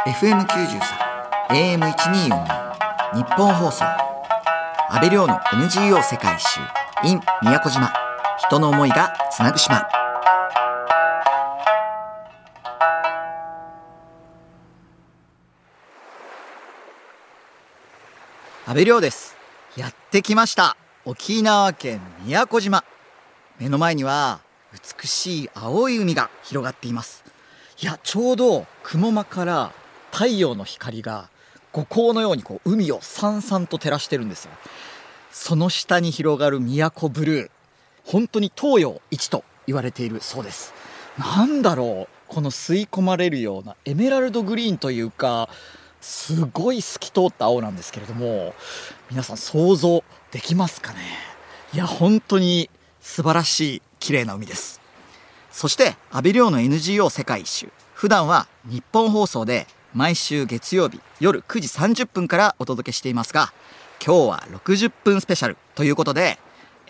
FM93 AM1242 日本放送安倍亮の NGO 世界一周 in 宮古島、人の思いがつなぐ島。安倍亮です。やってきました、沖縄県宮古島。目の前には美しい青い海が広がっています。いや、ちょうど雲間から太陽の光が五光のように海をさんさんと照らしてるんですよ。その下に広がる宮古ブルー、本当に東洋一と言われているそうです。なんだろう、この吸い込まれるようなエメラルドグリーンというか、すごい透き通った青なんですけれども、皆さん想像できますかね。いや、本当に素晴らしい綺麗な海です。そして安倍亮の NGO 世界一周、普段は日本放送で毎週月曜日夜9時30分からお届けしていますが、今日は60分スペシャルということで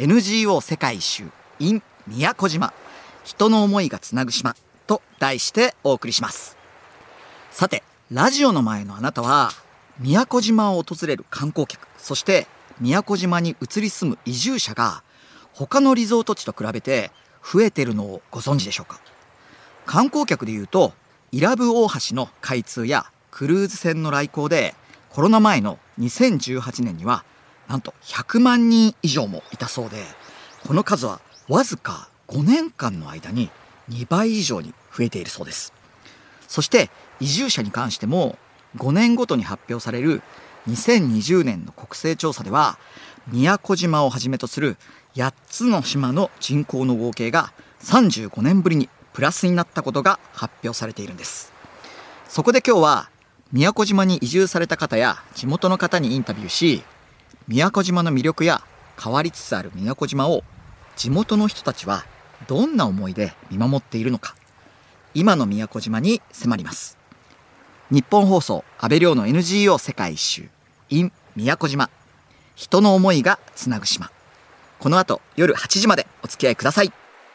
NGO 世界一周 in 宮古島、人の思いがつなぐ島と題してお送りします。さて、ラジオの前のあなたは宮古島を訪れる観光客、そして宮古島に移り住む移住者が他のリゾート地と比べて増えているのをご存知でしょうか。観光客でいうと伊良部大橋の開通やクルーズ船の来航でコロナ前の2018年にはなんと100万人以上もいたそうで、この数はわずか5年間の間に2倍以上に増えているそうです。そして移住者に関しても5年ごとに発表される2020年の国勢調査では、宮古島をはじめとする8つの島の人口の合計が35年ぶりにプラスになったことが発表されているんです。そこで今日は宮古島に移住された方や地元の方にインタビューし、宮古島の魅力や変わりつつある宮古島を地元の人たちはどんな思いで見守っているのか、今の宮古島に迫ります。日本放送安倍亮の NGO 世界一周 in 宮古島、人の思いがつなぐ島。この後夜8時までお付き合いください。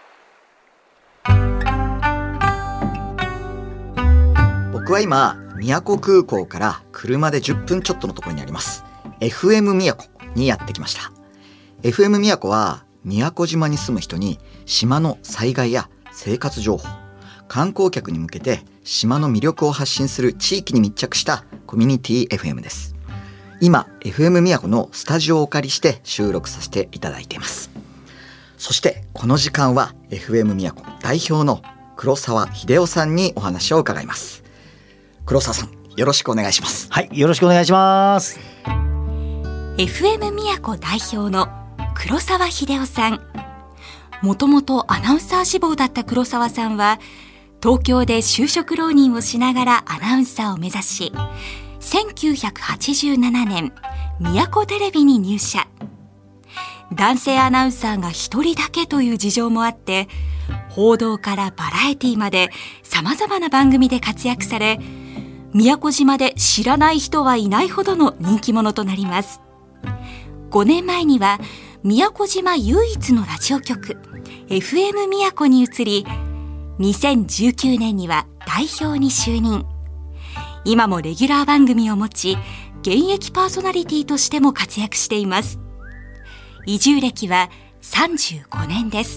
僕は今宮古空港から車で10分ちょっとのところにあります FM 宮古にやってきました。 FM 宮古は宮古島に住む人に島の災害や生活情報、観光客に向けて島の魅力を発信する地域に密着したコミュニティ FM です。今 FM 宮古のスタジオをお借りして収録させていただいています。そしてこの時間は FM 宮古代表の黒沢秀夫さんにお話を伺います。黒沢さん、よろしくお願いします。 はい、よろしくお願いします。 FM 宮古代表の黒沢秀夫さん、もともとアナウンサー志望だった黒沢さんは東京で就職浪人をしながらアナウンサーを目指し、1987年宮古テレビに入社。男性アナウンサーが一人だけという事情もあって、報道からバラエティまで様々な番組で活躍され、宮古島で知らない人はいないほどの人気者となります。5年前には宮古島唯一のラジオ局 FM 宮古に移り、2019年には代表に就任。今もレギュラー番組を持ち、現役パーソナリティとしても活躍しています。移住歴は35年です。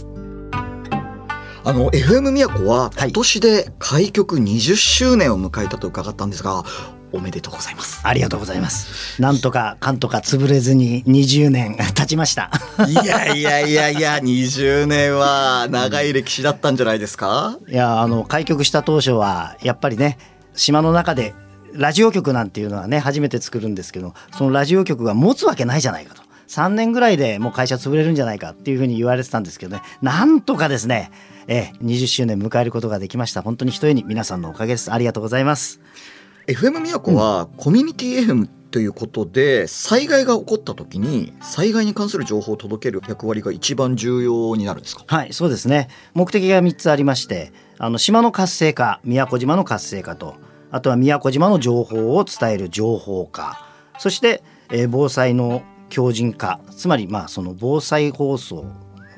FM 宮古は今年で開局20周年を迎えたと伺ったんですが、おめでとうございます。 ありがとうございます。なんとかかんとか潰れずに20年経ちましたいや20年は長い歴史だったんじゃないですか。 いや、開局した当初はやっぱりね、島の中でラジオ局なんていうのはね、初めて作るんですけど、そのラジオ局が持つわけないじゃないかと、3年ぐらいでもう会社潰れるんじゃないかっていうふうに言われてたんですけどね、なんとかですね、20周年迎えることができました。本当にひとえに皆さんのおかげです。ありがとうございます。 FM 宮古はコミュニティ FM ということで、災害が起こった時に災害に関する情報を届ける役割が一番重要になるんですか。 はい、そうですね。目的が3つありまして、島の活性化、宮古島の活性化と、あとは宮古島の情報を伝える情報化、そして、防災の強靭化、つまりその防災放送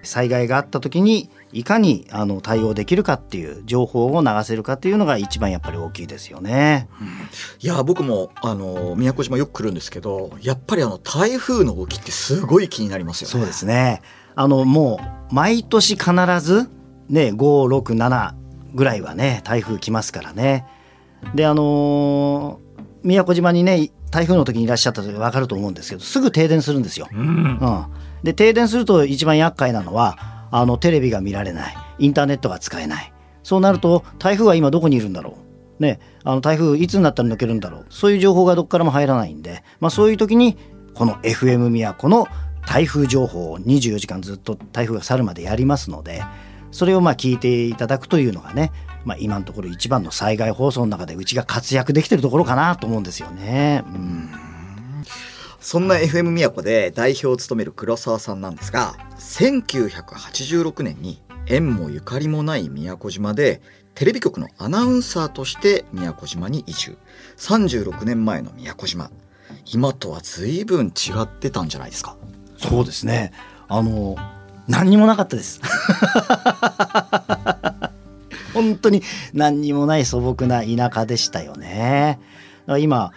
災害があった時にいかに対応できるかっていう情報を流せるかっていうのが一番やっぱり大きいですよね。 いや僕も宮古島よく来るんですけど、やっぱり台風の動きってすごい気になりますよね。 そうですね。もう毎年必ずね5、6、7ぐらいはね台風来ますからね。で宮古島にね台風の時にいらっしゃった時分かると思うんですけど、すぐ停電するんですよ。で停電すると一番厄介なのはテレビが見られない、インターネットが使えない。そうなると台風は今どこにいるんだろう、ね、台風いつになったら抜けるんだろう、そういう情報がどこからも入らないんで、そういう時にこの FM 宮古の台風情報を24時間ずっと台風が去るまでやりますので、それを聞いていただくというのがね、今のところ一番の災害放送の中でうちが活躍できてるところかなと思うんですよね。 そんな FM 宮古で代表を務める黒沢さんなんですが、1986年に縁もゆかりもない宮古島でテレビ局のアナウンサーとして宮古島に移住。36年前の宮古島、今とは随分違ってたんじゃないですか？ そうですね。何にもなかったです本当に何にもない素朴な田舎でしたよね。だから今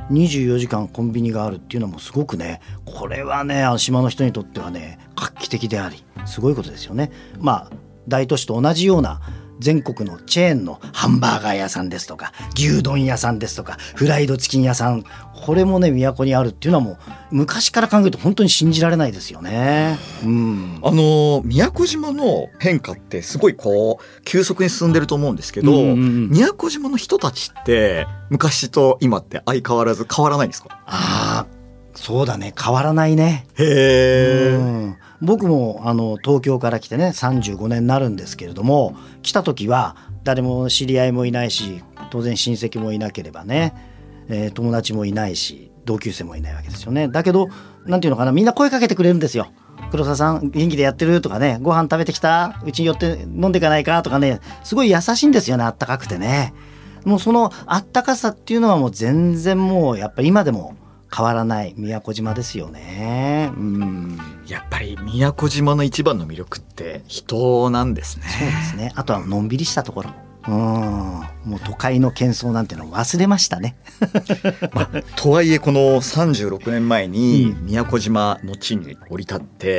24時間コンビニがあるっていうのもすごくね、これはね島の人にとってはね画期的でありすごいことですよね。大都市と同じような全国のチェーンのハンバーガー屋さんですとか牛丼屋さんですとかフライドチキン屋さん、これもね宮古にあるっていうのはもう昔から考えると本当に信じられないですよね。 宮古島の変化ってすごい急速に進んでると思うんですけど、宮古島の人たちって昔と今って相変わらず変わらないんですか？ そうだね、変わらないね。 へー。 僕も東京から来てね35年になるんですけれども、来た時は誰も知り合いもいないし、当然親戚もいなければね、友達もいないし同級生もいないわけですよね。だけどなんていうのかな、みんな声かけてくれるんですよ。黒沢さん元気でやってるとかね、ご飯食べてきた、うちに寄って飲んでいかないかとかね、すごい優しいんですよね。あったかくてね、もうそのあったかさっていうのはもう全然もうやっぱり今でも変わらない宮古島ですよね。 やっぱり宮古島の一番の魅力って人なんですね。 そうですね。あとはのんびりしたところ。もう都会の喧騒なんてのを忘れましたねとはいえこの36年前に宮古島の地に降り立って、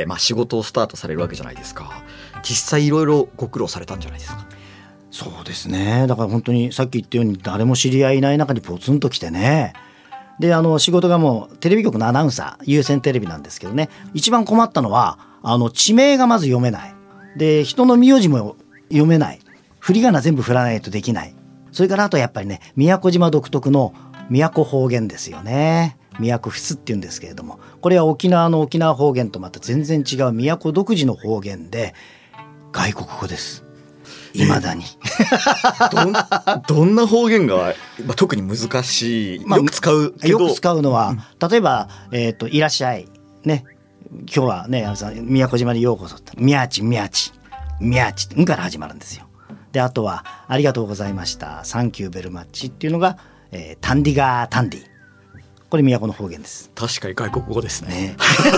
仕事をスタートされるわけじゃないですか。実際いろいろご苦労されたんじゃないですか？ そうですね。だから本当にさっき言ったように誰も知り合いいない中にポツンと来てね、で仕事がもうテレビ局のアナウンサー、有線テレビなんですけどね、一番困ったのは地名がまず読めないで、人の名字も読めない、振り仮名全部振らないとできない。それからあとやっぱりね宮古島独特の宮古方言ですよね。宮古ふつっていうんですけれども、これは沖縄の沖縄方言とまた全然違う宮古独自の方言で外国語です。いまだにどんな方言が、特に難しい、よく使うけど、 よく使うのは、例えば、いらっしゃいね、今日はね宮古島にようこそって、みやちみやちみやちんから始まるんですよ。であとはありがとうございました、サンキューベルマッチっていうのが、タンディガータンディ、これ宮古の方言です。 確かに外国語ですね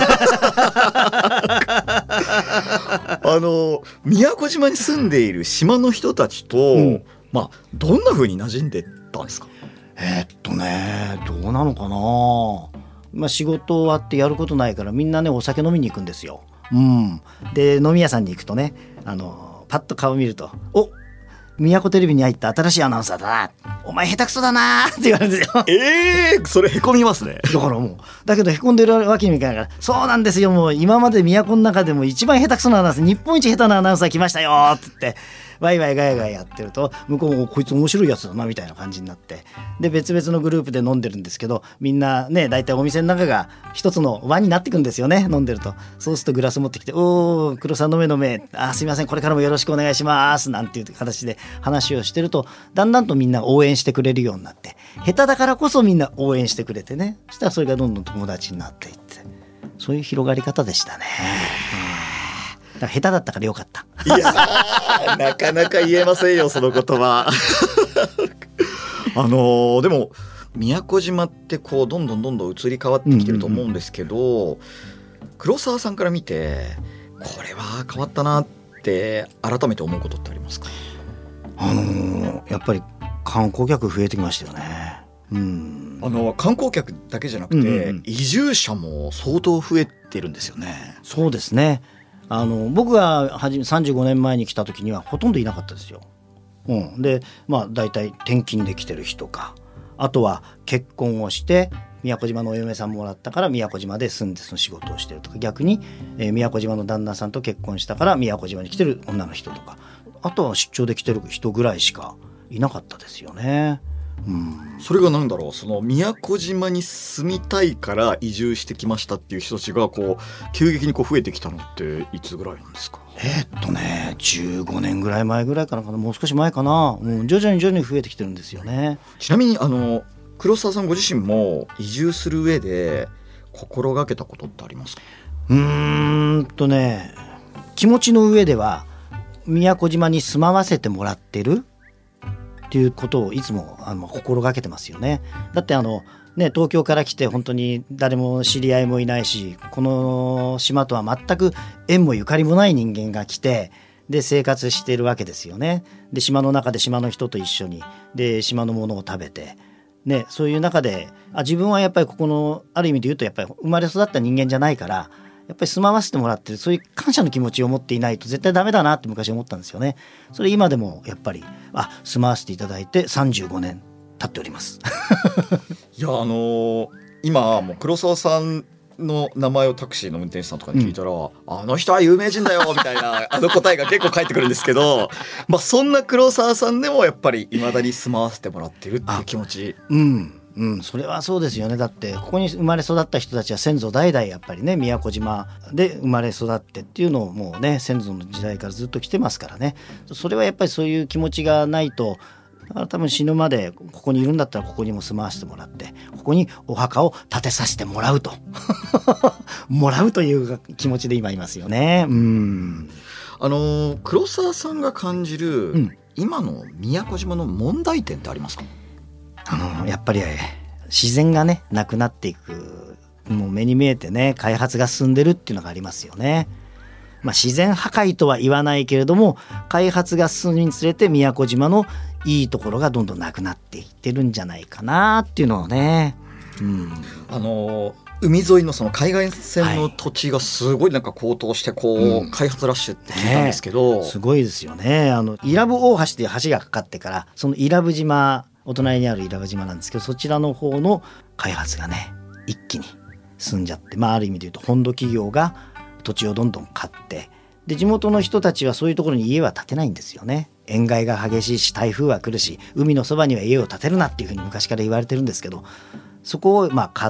宮古島に住んでいる島の人たちと、どんな風に馴染んでったんですか？ どうなのかな。仕事終わってやることないからみんなねお酒飲みに行くんですよ。で飲み屋さんに行くとねパッと顔見ると、お、宮古テレビに入った新しいアナウンサーだな、お前下手くそだなって言われるんですよそれへこみますね。 だからもうだけどへこんでるわけにもいかないから、そうなんですよ、もう今まで宮古の中でも一番下手くそなアナウンサー、日本一下手なアナウンサー来ましたよって言ってワイワイガヤガヤやってると、向こうもこいつ面白いやつだなみたいな感じになって、で別々のグループで飲んでるんですけど、みんなね大体お店の中が一つの輪になってくんですよね、飲んでると。そうするとグラス持ってきて、おー黒さん飲め飲め、すいませんこれからもよろしくお願いしますなんていう形で話をしてると、だんだんとみんな応援してくれるようになって、下手だからこそみんな応援してくれてね、そしたらそれがどんどん友達になっていって、そういう広がり方でしたね。だから下手だったからよかった。 いやなかなか言えませんよその言葉でも宮古島ってどんどん移り変わってきてると思うんですけど、黒沢さんから見てこれは変わったなって改めて思うことってありますか？ やっぱり観光客増えてきましたよね。 観光客だけじゃなくて、移住者も相当増えてるんですよね。 そうですね。僕が35年前に来た時にはほとんどいなかったですよ。でだいたい転勤で来てる人か、あとは結婚をして宮古島のお嫁さんもらったから宮古島で住んでその仕事をしてるとか、逆に、宮古島の旦那さんと結婚したから宮古島に来てる女の人とか、あとは出張で来てる人ぐらいしかいなかったですよね。 それが何だろう、その宮古島に住みたいから移住してきましたっていう人たちが急激に増えてきたのっていつぐらいなんですか ？15年ぐらい前ぐらいかな、もう少し前かな、徐々に増えてきてるんですよね。 ちなみに黒沢さんご自身も移住する上で心がけたことってありますか？ 気持ちの上では宮古島に住まわせてもらってるっていうことをいつも心がけてますよね。だって東京から来て本当に誰も知り合いもいないし、この島とは全く縁もゆかりもない人間が来て、で生活しているわけですよね。で島の中で島の人と一緒にで島のものを食べて、そういう中で自分はやっぱりここのある意味で言うとやっぱり生まれ育った人間じゃないから、やっぱり住まわせてもらってる、そういう感謝の気持ちを持っていないと絶対ダメだなって昔思ったんですよね。それ今でもやっぱり住まわせていただいて35年経っておりますいや今もう黒沢さんの名前をタクシーの運転手さんとかに聞いたら、あの人は有名人だよみたいな答えが結構返ってくるんですけどそんな黒沢さんでもやっぱり未だに住まわせてもらってるっていう気持ち。 それはそうですよね。だってここに生まれ育った人たちは先祖代々やっぱりね宮古島で生まれ育ってっていうのをもうね先祖の時代からずっと来てますからね。それはやっぱりそういう気持ちがないと、だから多分死ぬまでここにいるんだったらここにも住まわせてもらって、ここにお墓を建てさせてもらうともらうという気持ちで今いますよね。 黒沢さんが感じる、今の宮古島の問題点ってありますか？ やっぱり自然がねなくなっていく、もう目に見えてね開発が進んでるっていうのがありますよね。自然破壊とは言わないけれども、開発が進むにつれて宮古島のいいところがどんどんなくなっていってるんじゃないかなっていうのをね。 海沿いのその海岸線の土地がすごい高騰して開発ラッシュって聞いたんですけど、 すごいですよね。伊良部大橋っていう橋がかかってから、その伊良部島、お隣にある伊良部島なんですけど、そちらの方の開発がね一気に進んじゃって、ある意味で言うと本土企業が土地をどんどん買って、で地元の人たちはそういうところに家は建てないんですよね。塩害が激しいし台風は来るし、海のそばには家を建てるなっていうふうに昔から言われてるんですけど、そこを買って、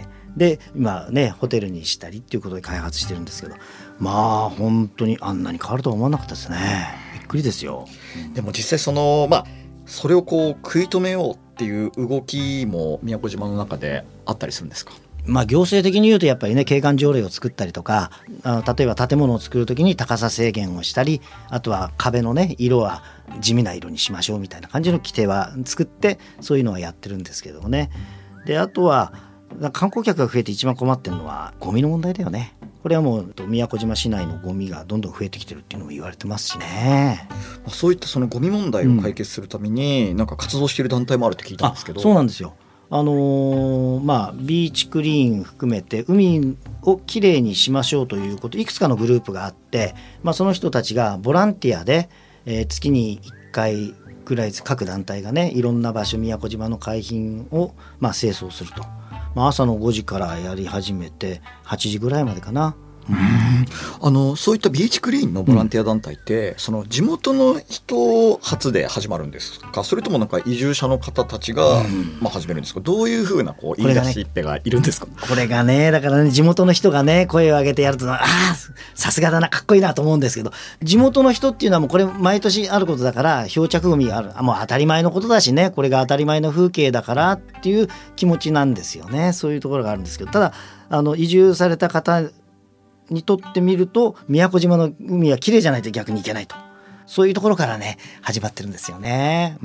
で今ねホテルにしたりっていうことで開発してるんですけど、本当にあんなに変わるとは思わなかったですね。びっくりですよ。 でも実際それを食い止めようっていう動きも宮古島の中であったりするんですか？ 行政的に言うとやっぱりね景観条例を作ったりとか、例えば建物を作るときに高さ制限をしたり、あとは壁のね色は地味な色にしましょうみたいな感じの規定は作って、そういうのはやってるんですけどもね。であとは観光客が増えて一番困ってるのはゴミの問題だよね。これはもう宮古島市内のゴミがどんどん増えてきてるっていうのも言われてますしね。 そういったそのゴミ問題を解決するために活動している団体もあるって聞いたんですけど。 そうなんですよ。ビーチクリーン含めて海をきれいにしましょうということ、いくつかのグループがあって、その人たちがボランティアで、月に1回ぐらい各団体がねいろんな場所、宮古島の海浜を清掃すると、朝の5時からやり始めて8時ぐらいまでかな。 そういったビーチクリーンのボランティア団体って、その地元の人発で始まるんですか？それとも移住者の方たちが始めるんですか？どういうふうな言い出しっぺがいるんですか？ これがねだからね、地元の人がね声を上げてやるとさすがだな、かっこいいなと思うんですけど、地元の人っていうのはもうこれ毎年あることだから、漂着ゴミがある、もう当たり前のことだしね、これが当たり前の風景だからっていう気持ちなんですよね。そういうところがあるんですけど、ただ移住された方にとってみると宮古島の海は綺麗じゃないと逆に行けないと、そういうところからね始まってるんですよね。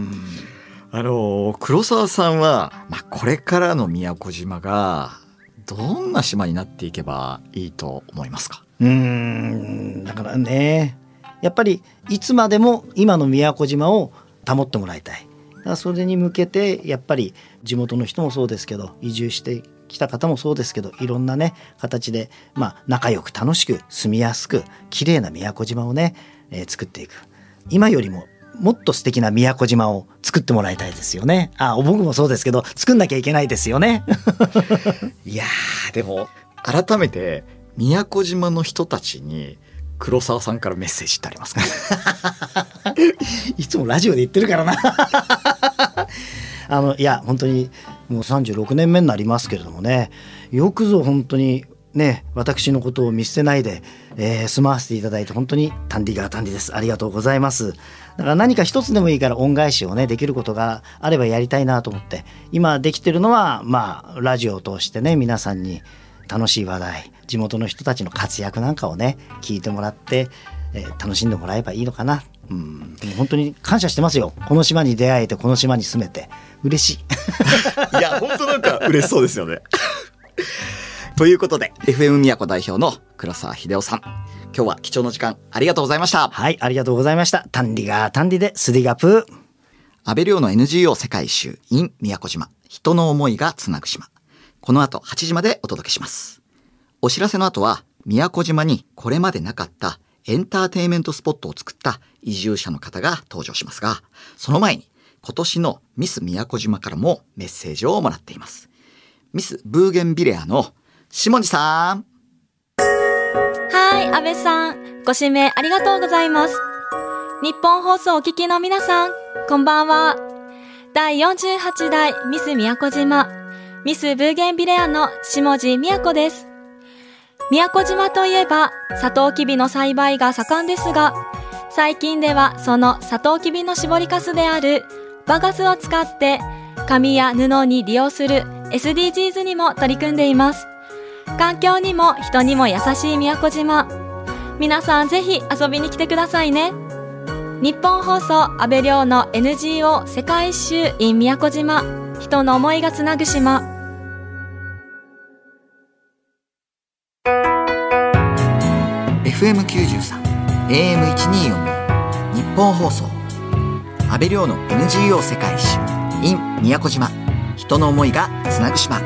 黒沢さんは、これからの宮古島がどんな島になっていけばいいと思いますか？ だからね、やっぱりいつまでも今の宮古島を保ってもらいたい。だからそれに向けてやっぱり地元の人もそうですけど、移住してきた方もそうですけど、いろんなね形で仲良く楽しく住みやすく綺麗な宮古島をね、作っていく。今よりももっと素敵な宮古島を作ってもらいたいですよね。僕もそうですけど作んなきゃいけないですよね。 いやー、でも改めて宮古島の人たちに黒沢さんからメッセージってありますか？ いつもラジオで言ってるからな。いや本当にもう36年目になりますけれどもね、よくぞ本当にね、私のことを見捨てないで、住まわせていただいて本当にタンディガータンディです。ありがとうございます。だから何か一つでもいいから恩返しをねできることがあればやりたいなと思って、今できてるのはラジオを通してね、皆さんに楽しい話題、地元の人たちの活躍なんかをね聞いてもらって、楽しんでもらえばいいのかな。本当に感謝してますよ。この島に出会えて、この島に住めて嬉しい。 いや本当なんか嬉しそうですよね。ということで FM 宮古代表の黒沢秀夫さん、今日は貴重な時間ありがとうございました。 はい、ありがとうございました。タンディガータンディでスディガプー。 安倍亮の NGO 世界一周 in 宮古島、人の思いがつなぐ島、この後8時までお届けします。お知らせの後は宮古島にこれまでなかったエンターテインメントスポットを作った移住者の方が登場しますが、その前に今年のミス宮古島からもメッセージをもらっています。ミスブーゲンビレアの下地さん。 はい、安倍さん、ご指名ありがとうございます。日本放送をお聞きの皆さん、こんばんは。第48代ミス宮古島、ミスブーゲンビレアの下地宮古です。宮古島といえば、サトウキビの栽培が盛んですが、最近ではそのサトウキビの搾りかすであるバガスを使って紙や布に利用する SDGs にも取り組んでいます。環境にも人にも優しい宮古島。皆さんぜひ遊びに来てくださいね。日本放送安倍亮の NGO 世界一周 in 宮古島、人の思いがつなぐ島。 FM93 AM1242 日本放送安倍亮の NGO 世界一周 in 宮古島、人の思いがつなぐ島。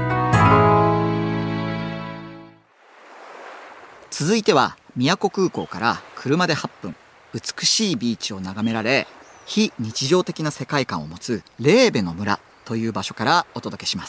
続いては宮古空港から車で8分、美しいビーチを眺められ非日常的な世界観を持つレーベの村という場所からお届けします。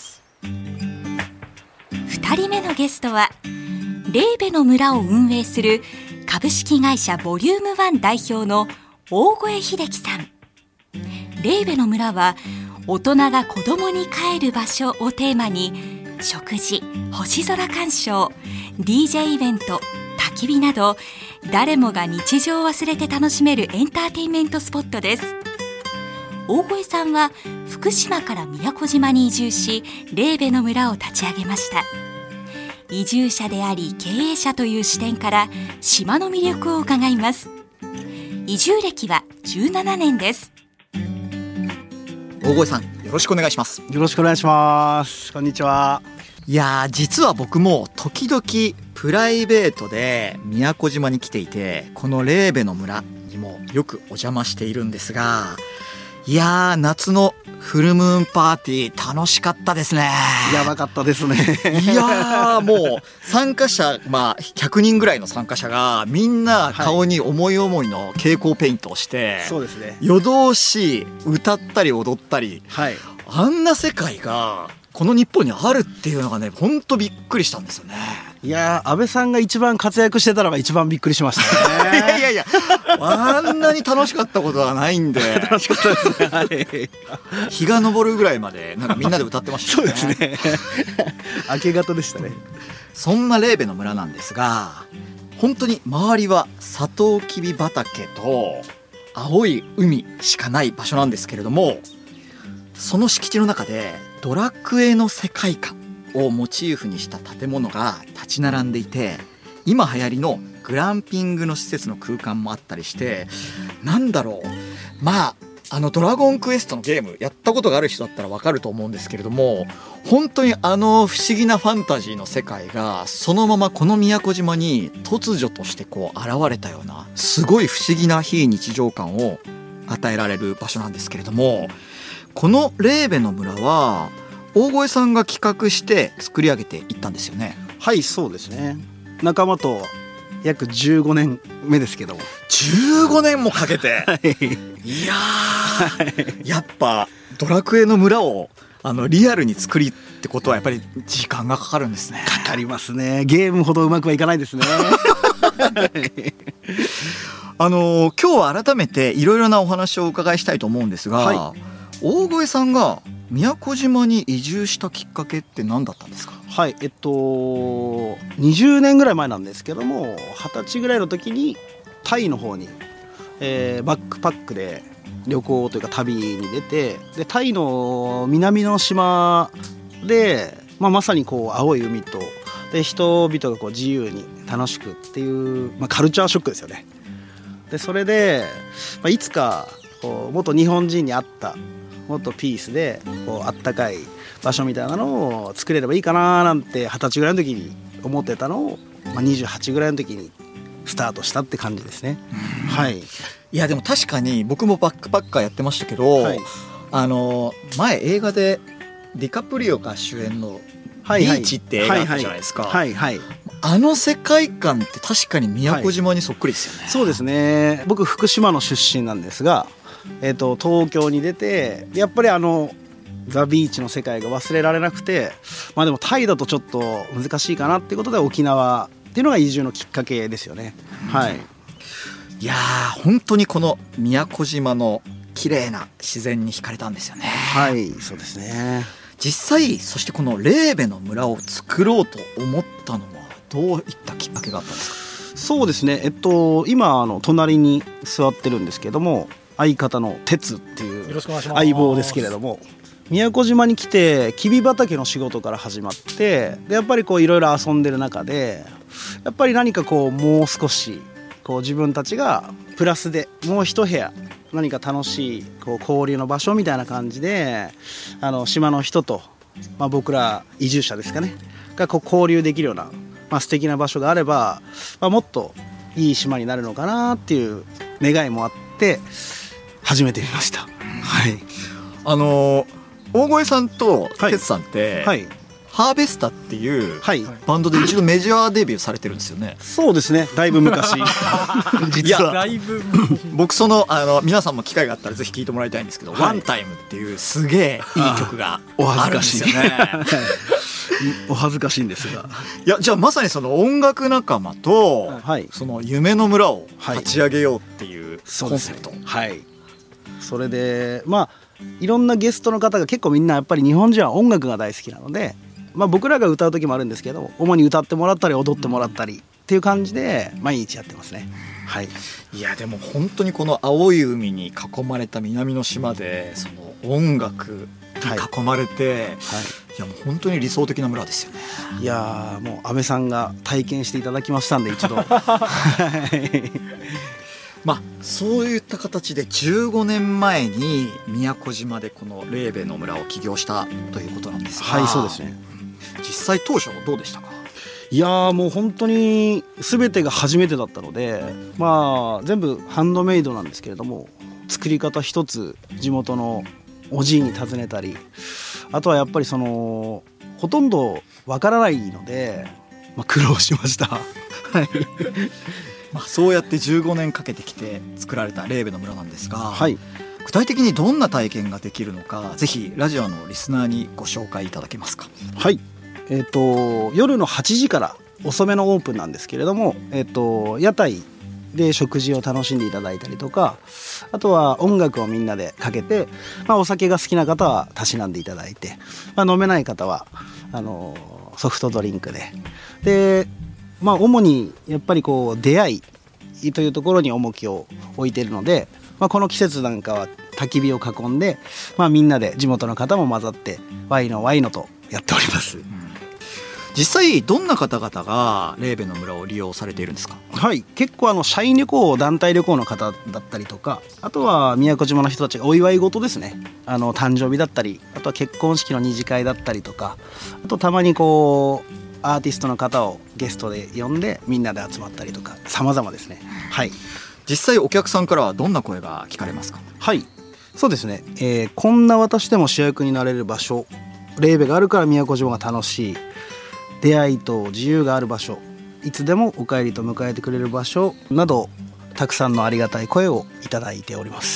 2人目のゲストはレーベの村を運営する株式会社ボリューム1代表の大越秀樹さん。レーベの村は大人が子供に帰る場所をテーマに、食事、星空鑑賞、DJ イベント、焚き火など誰もが日常を忘れて楽しめるエンターテインメントスポットです。大越さんは福島から宮古島に移住し、レーベの村を立ち上げました。移住者であり経営者という視点から島の魅力を伺います。移住歴は17年です。 大越さん、よろしくお願いします。 よろしくお願いします。こんにちは。 いやー、実は僕も時々プライベートで宮古島に来ていて、このレーベの村にもよくお邪魔しているんですが、いやー、夏のフルムーンパーティー楽しかったですね。 やばかったですね。 いやー、もう参加者、100人ぐらいの参加者がみんな顔に思い思いの蛍光ペイントをして、 そうですね、 夜通し歌ったり踊ったり、 はい、 あんな世界がこの日本にあるっていうのがね、ほんとびっくりしたんですよね。 いやー、安倍さんが一番活躍してたのが一番びっくりしましたね。 いやあんなに楽しかったことはないんで。 楽しかったですね。 はい、日が昇るぐらいまでなんかみんなで歌ってましたね。 そうですね。明け方でしたね。 そんなレーベの村なんですが、本当に周りはサトウキビ畑と青い海しかない場所なんですけれども、その敷地の中でドラクエの世界観をモチーフにした建物が立ち並んでいて、今流行りのグランピングの施設の空間もあったりして、なんだろう、 ドラゴンクエストのゲームやったことがある人だったらわかると思うんですけれども、本当に不思議なファンタジーの世界がそのままこの宮古島に突如としてこう現れたような、すごい不思議な非日常感を与えられる場所なんですけれども、このレーベの村は大越さんが企画して作り上げていったんですよね。 はい、そうですね。仲間と約15年目ですけども、 15年もかけていやー、やっぱドラクエの村をリアルに作りってことはやっぱり時間がかかるんですね。 かかりますね。ゲームほどうまくはいかないですね今日は改めていろいろなお話をお伺いしたいと思うんですが、はい、大越さんが宮古島に移住したきっかけって何だったんですか？ はい、20年ぐらい前なんですけども、20歳ぐらいの時にタイの方に、バックパックで旅行というか旅に出て、でタイの南の島で、まさにこう青い海とで人々がこう自由に楽しくっていう、カルチャーショックですよね。でそれで、いつかこうもっと日本人に合ったもっとピースでこうあったかい場所みたいなのを作れればいいかななんて20歳ぐらいの時に思ってたのを、28ぐらいの時にスタートしたって感じですね。はい。 いやでも確かに僕もバックパッカーやってましたけど、はい、前映画でディカプリオが主演のビーチって映画あったじゃないですか。世界観って確かに宮古島にそっくりですよね。 はい、そうですね。僕福島の出身なんですが、東京に出てやっぱりザ・ビーチの世界が忘れられなくて、でもタイだとちょっと難しいかなっていうことで沖縄っていうのが移住のきっかけですよね。はい。 いやー、本当にこの宮古島の綺麗な自然に惹かれたんですよね。 はい、そうですね。 実際そしてこのレーベの村を作ろうと思ったのはどういったきっかけがあったんですか？ そうですね、今隣に座ってるんですけども、相方の鉄っていう相棒ですけれども、宮古島に来てキビ畑の仕事から始まって、でやっぱりこういろいろ遊んでる中で、やっぱり何かこうもう少しこう自分たちがプラスでもう一部屋何か楽しいこう交流の場所みたいな感じで島の人と、僕ら移住者ですかねがこう交流できるような、素敵な場所があれば、もっといい島になるのかなっていう願いもあって始めてみました。はい。 大越さんと哲さんって、はい、ハーベスタっていうバンドで一度メジャーデビューされてるんですよね。 そうですね、だいぶ昔実はだいぶ僕皆さんも機会があったらぜひ聴いてもらいたいんですけど、ワンタイムっていうすげえいい曲があるんですよね。 お恥ずかしいんですが、 いやじゃあまさにその音楽仲間と、その夢の村を立ち上げようっていうコンセプト。 はい、それでいろんなゲストの方が結構みんなやっぱり日本人は音楽が大好きなので、僕らが歌う時もあるんですけど、主に歌ってもらったり踊ってもらったりっていう感じで毎日やってますね。はい。 いやでも本当にこの青い海に囲まれた南の島でその音楽に囲まれて、いやもう本当に理想的な村ですよね。 いやもう安倍さんが体験していただきましたんで一度そういった形で15年前に宮古島でこのレーベの村を起業したということなんですが、 はい、そうですね。 実際当初どうでしたか？ いやもう本当に全てが初めてだったので、全部ハンドメイドなんですけれども、作り方一つ地元のおじいに尋ねたり、あとはやっぱりほとんどわからないので、苦労しましたはい。 そうやって15年かけてきて作られたレーベの村なんですが、 はい、 具体的にどんな体験ができるのか、ぜひラジオのリスナーにご紹介いただけますか？ はい、夜の8時から遅めのオープンなんですけれども、屋台で食事を楽しんでいただいたりとか、あとは音楽をみんなでかけて、お酒が好きな方はたしなんでいただいて、飲めない方はソフトドリンクで主にやっぱりこう出会いというところに重きを置いているので、この季節なんかは焚き火を囲んで、みんなで地元の方も混ざってワイのとやっております。 実際どんな方々がレーベの村を利用されているんですか？ はい、結構社員旅行、団体旅行の方だったりとか、あとは宮古島の人たちがお祝い事ですね、誕生日だったり、あとは結婚式の二次会だったりとか、あとたまにこうアーティストの方をゲストで呼んでみんなで集まったりとか、様々ですね。はい。 実際お客さんからはどんな声が聞かれますか？ はい、そうですね、こんな私でも主役になれる場所、レーベがあるから宮古島が楽しい、出会いと自由がある場所、いつでもお帰りと迎えてくれる場所など、たくさんのありがたい声をいただいております。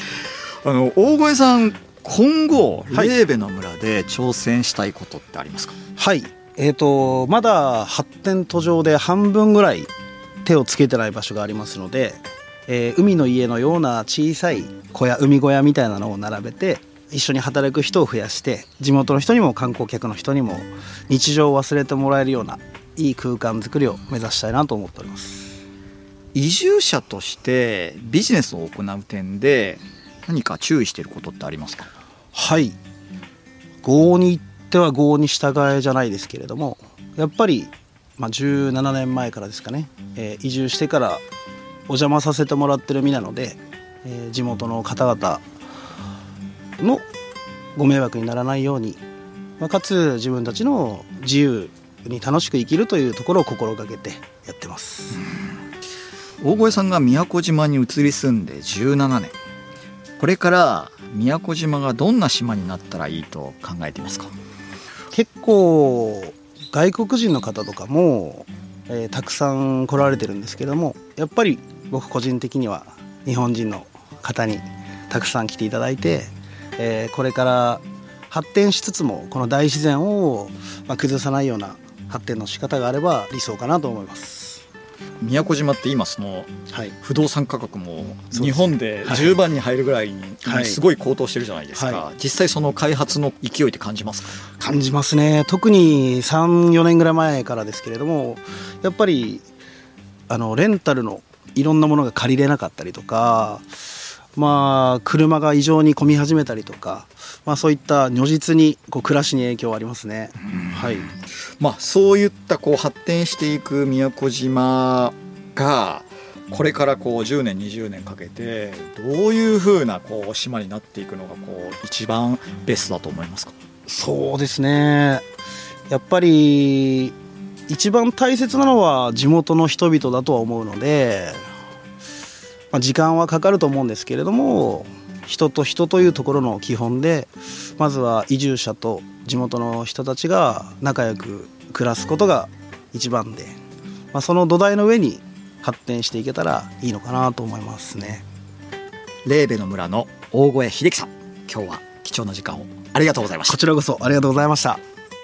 大越さん、今後レーベの村で挑戦したいことってありますか？ はい、まだ発展途上で半分ぐらい手をつけてない場所がありますので、海の家のような小さい小屋、海小屋みたいなのを並べて一緒に働く人を増やして、地元の人にも観光客の人にも日常を忘れてもらえるようないい空間づくりを目指したいなと思っております。 移住者としてビジネスを行う点で何か注意していることってありますか？ はい、郷に行っては郷に従えじゃないですけれども、やっぱり、17年前からですかね、移住してからお邪魔させてもらってる身なので、地元の方々のご迷惑にならないように、かつ自分たちの自由に楽しく生きるというところを心がけてやってます。 大越さんが宮古島に移り住んで17年、これから宮古島がどんな島になったらいいと考えていますか？ 結構外国人の方とかも、たくさん来られてるんですけども、やっぱり僕個人的には日本人の方にたくさん来ていただいて、これから発展しつつもこの大自然を崩さないような発展の仕方があれば理想かなと思います。 宮古島って今そのはい、 不動産価格も日本で10番に入るぐらいにすごい高騰してるじゃないですか、 はい、 実際その開発の勢いって感じますか？ 感じますね。特に 3,4 年ぐらい前からですけれども、やっぱりレンタルのいろんなものが借りれなかったりとか、車が異常に混み始めたりとか、そういった如実に暮らしに影響はありますね。はい、 そういった発展していく宮古島がこれから10年20年かけてどういう風な島になっていくのが一番ベストだと思いますか？ そうですね、やっぱり一番大切なのは地元の人々だとは思うので、時間はかかると思うんですけれども、人と人というところの基本で、まずは移住者と地元の人たちが仲良く暮らすことが一番で、その土台の上に発展していけたらいいのかなと思いますね。 レーベの村の大越秀樹さん、今日は貴重な時間をありがとうございました。 こちらこそありがとうございました。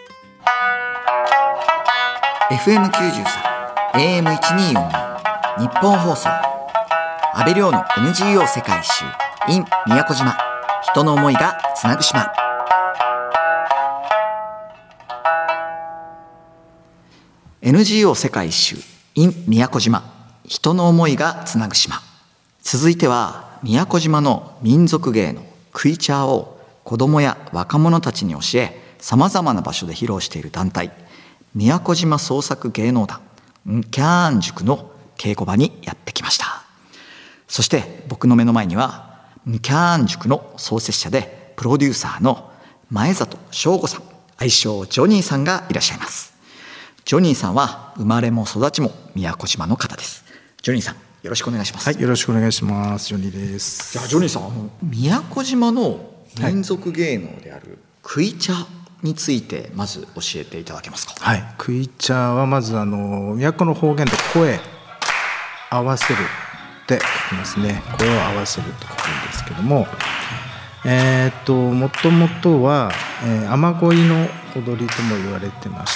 FM93 AM1242 日本放送、安倍亮の NGO 世界一周 in 宮古島、人の思いがつなぐ島。NGO 世界一周 in 宮古島、人の思いがつなぐ島。続いては宮古島の民族芸能クイチャーを子どもや若者たちに教え、さまざまな場所で披露している団体、宮古島創作芸能団ンキャーン塾の稽古場にやってきました。そして僕の目の前にはンキャーン塾の創設者でプロデューサーの前里翔吾さん、愛称ジョニーさんがいらっしゃいます。ジョニーさんは生まれも育ちも宮古島の方です。ジョニーさん、よろしくお願いします。 はい、よろしくお願いします。ジョニーです。 じゃあジョニーさん、宮古島の民族芸能であるクイチャについてまず教えていただけますか？ はい、クイチャはまず宮古の方言で声合わせるって書きますね。声を合わせると書くんですけども、もともとは、雨乞いの踊りとも言われてまして、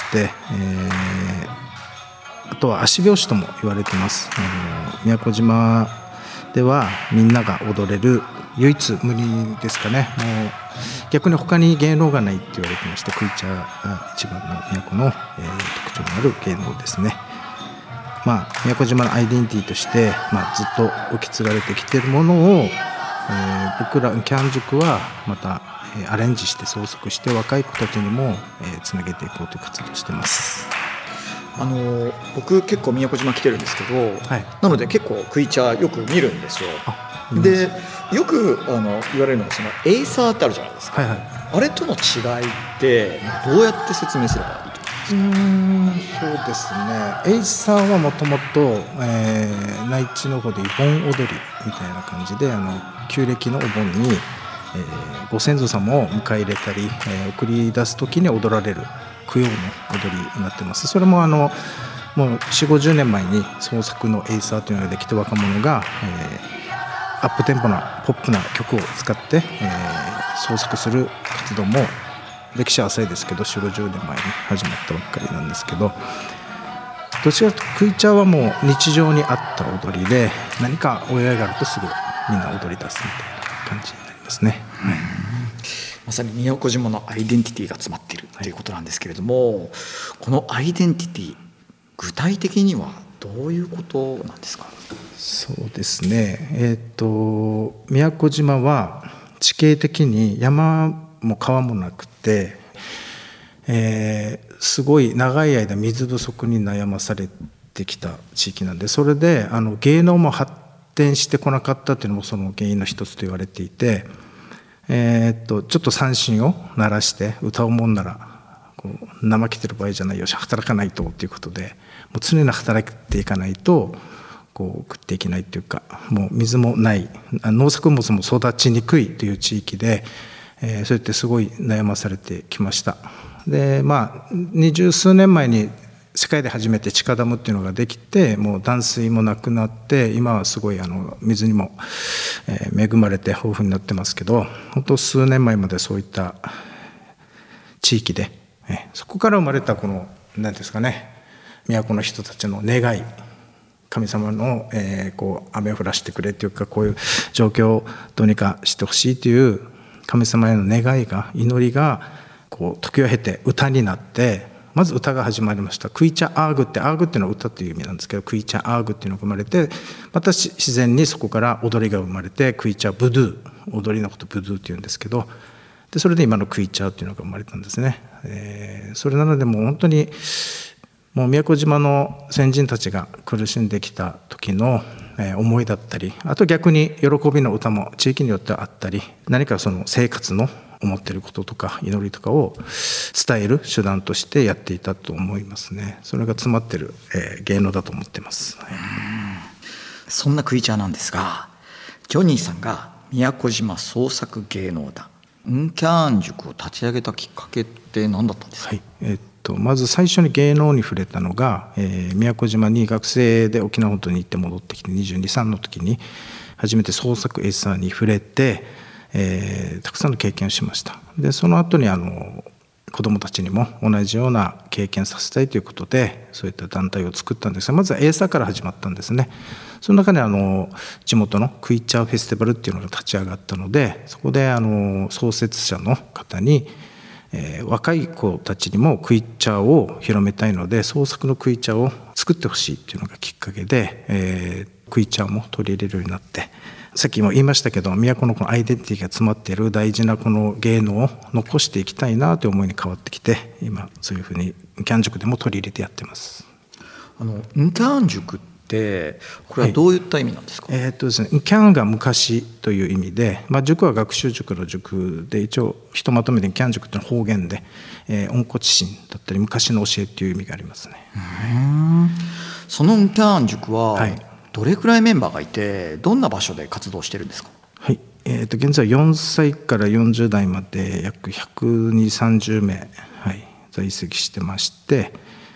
あとは足拍子とも言われてます。宮古島ではみんなが踊れる唯一無二ですかね。もう逆に他に芸能がないって言われてまして、クイチャが一番の宮古の、特徴のある芸能ですね。宮古島のアイデンティティとして、ずっと受け継がれてきているものを、僕らキャン塾はまた、 アレンジして創作して若い子たちにも、つなげていこうという活動をしてます。 僕結構宮古島来てるんですけど、はい、なので結構クイチャーよく見るんですよ。でよく言われるのがそのエイサーってあるじゃないですか、はいはい、あれとの違いってどうやって説明すればいいと思いますか？ そうですね、エイサーはもともと内地の方で盆踊りみたいな感じで旧暦のお盆に、ご先祖様を迎え入れたり、送り出す時に踊られる供養の踊りになってます。それももう 4,50 年前に創作のエイサーというのができて、若者が、アップテンポなポップな曲を使って、創作する活動も歴史は浅いですけど 4,50 年前に始まったばっかりなんですけど、どちらかというとクイチャーはもう日常に合った踊りで、何かお祝いがあるとすぐみんな踊り出すみたいな感じになりますね。 まさに宮古島のアイデンティティが詰まっているということなんですけれども、このアイデンティティ、具体的にはどういうことなんですか？ そうですね、宮古島は地形的に山も川もなくて、すごい長い間水不足に悩まされてきた地域なんで、それで芸能も発展してこなかったというのもその原因の一つと言われていて、ちょっと三振を鳴らして歌うもんなら怠けてる場合じゃないよし、働かないとということで、もう常に働いていかないと食っていけないというか、もう水もない、農作物も育ちにくいという地域で、そうやってすごい悩まされてきました。で20数年前に世界で初めて地下ダムっていうのができて、もう断水もなくなって、今はすごい水にも恵まれて豊富になってますけど、本当数年前までそういった地域で、そこから生まれたこの何ですかね、都の人たちの願い、神様の、雨を降らしてくれというか、こういう状況をどうにかしてほしいという神様への願いが、祈りが時を経て歌になって、まず歌が始まりました。クイチャアーグって、アーグっていうのは歌という意味なんですけど、クイチャアーグっていうのが生まれて、また自然にそこから踊りが生まれて、クイチャブドゥ、踊りのことブドゥっていうんですけど、でそれで今のクイチャーっていうのが生まれたんですね。それなのでもう本当にもう宮古島の先人たちが苦しんできた時の思いだったり、あと逆に喜びの歌も地域によってあったり、何かその生活の思っていることとか祈りとかを伝える手段としてやっていたと思いますね。それが詰まっている芸能だと思っています。 そんなクイチャーなんですが、ジョニーさんが宮古島創作芸能団ンキャーン塾を立ち上げたきっかけって何だったんですか？ まず最初に芸能に触れたのが、宮古島に学生で沖縄本島に行って戻ってきて22、3の時に初めて創作エイサーに触れて、たくさんの経験をしました。でその後に子どもたちにも同じような経験させたいということで、そういった団体を作ったんですが、まずはエイサーから始まったんですね。その中で地元のクイチャーフェスティバルっていうのが立ち上がったので、そこで創設者の方に、若い子たちにもクイチャーを広めたいので、創作のクイチャーを作ってほしいっていうのがきっかけで、クイチャーも取り入れるようになって、さっきも言いましたけど、都のこのアイデンティティが詰まっている大事なこの芸能を残していきたいなという思いに変わってきて、今そういうふうにンキャン塾でも取り入れてやってます。 ンキャン塾ってこれはどういった意味なんですか？ ですね、ンキャンが昔という意味で、塾は学習塾の塾で、一応ひとまとめでンキャン塾っていうのは方言で、温故知新だったり昔の教えっていう意味がありますね。 そのンキャン塾はどれくらいメンバーがいて、どんな場所で活動してるんですか？ はい、現在4歳から40代まで約120、30名、在籍してまして、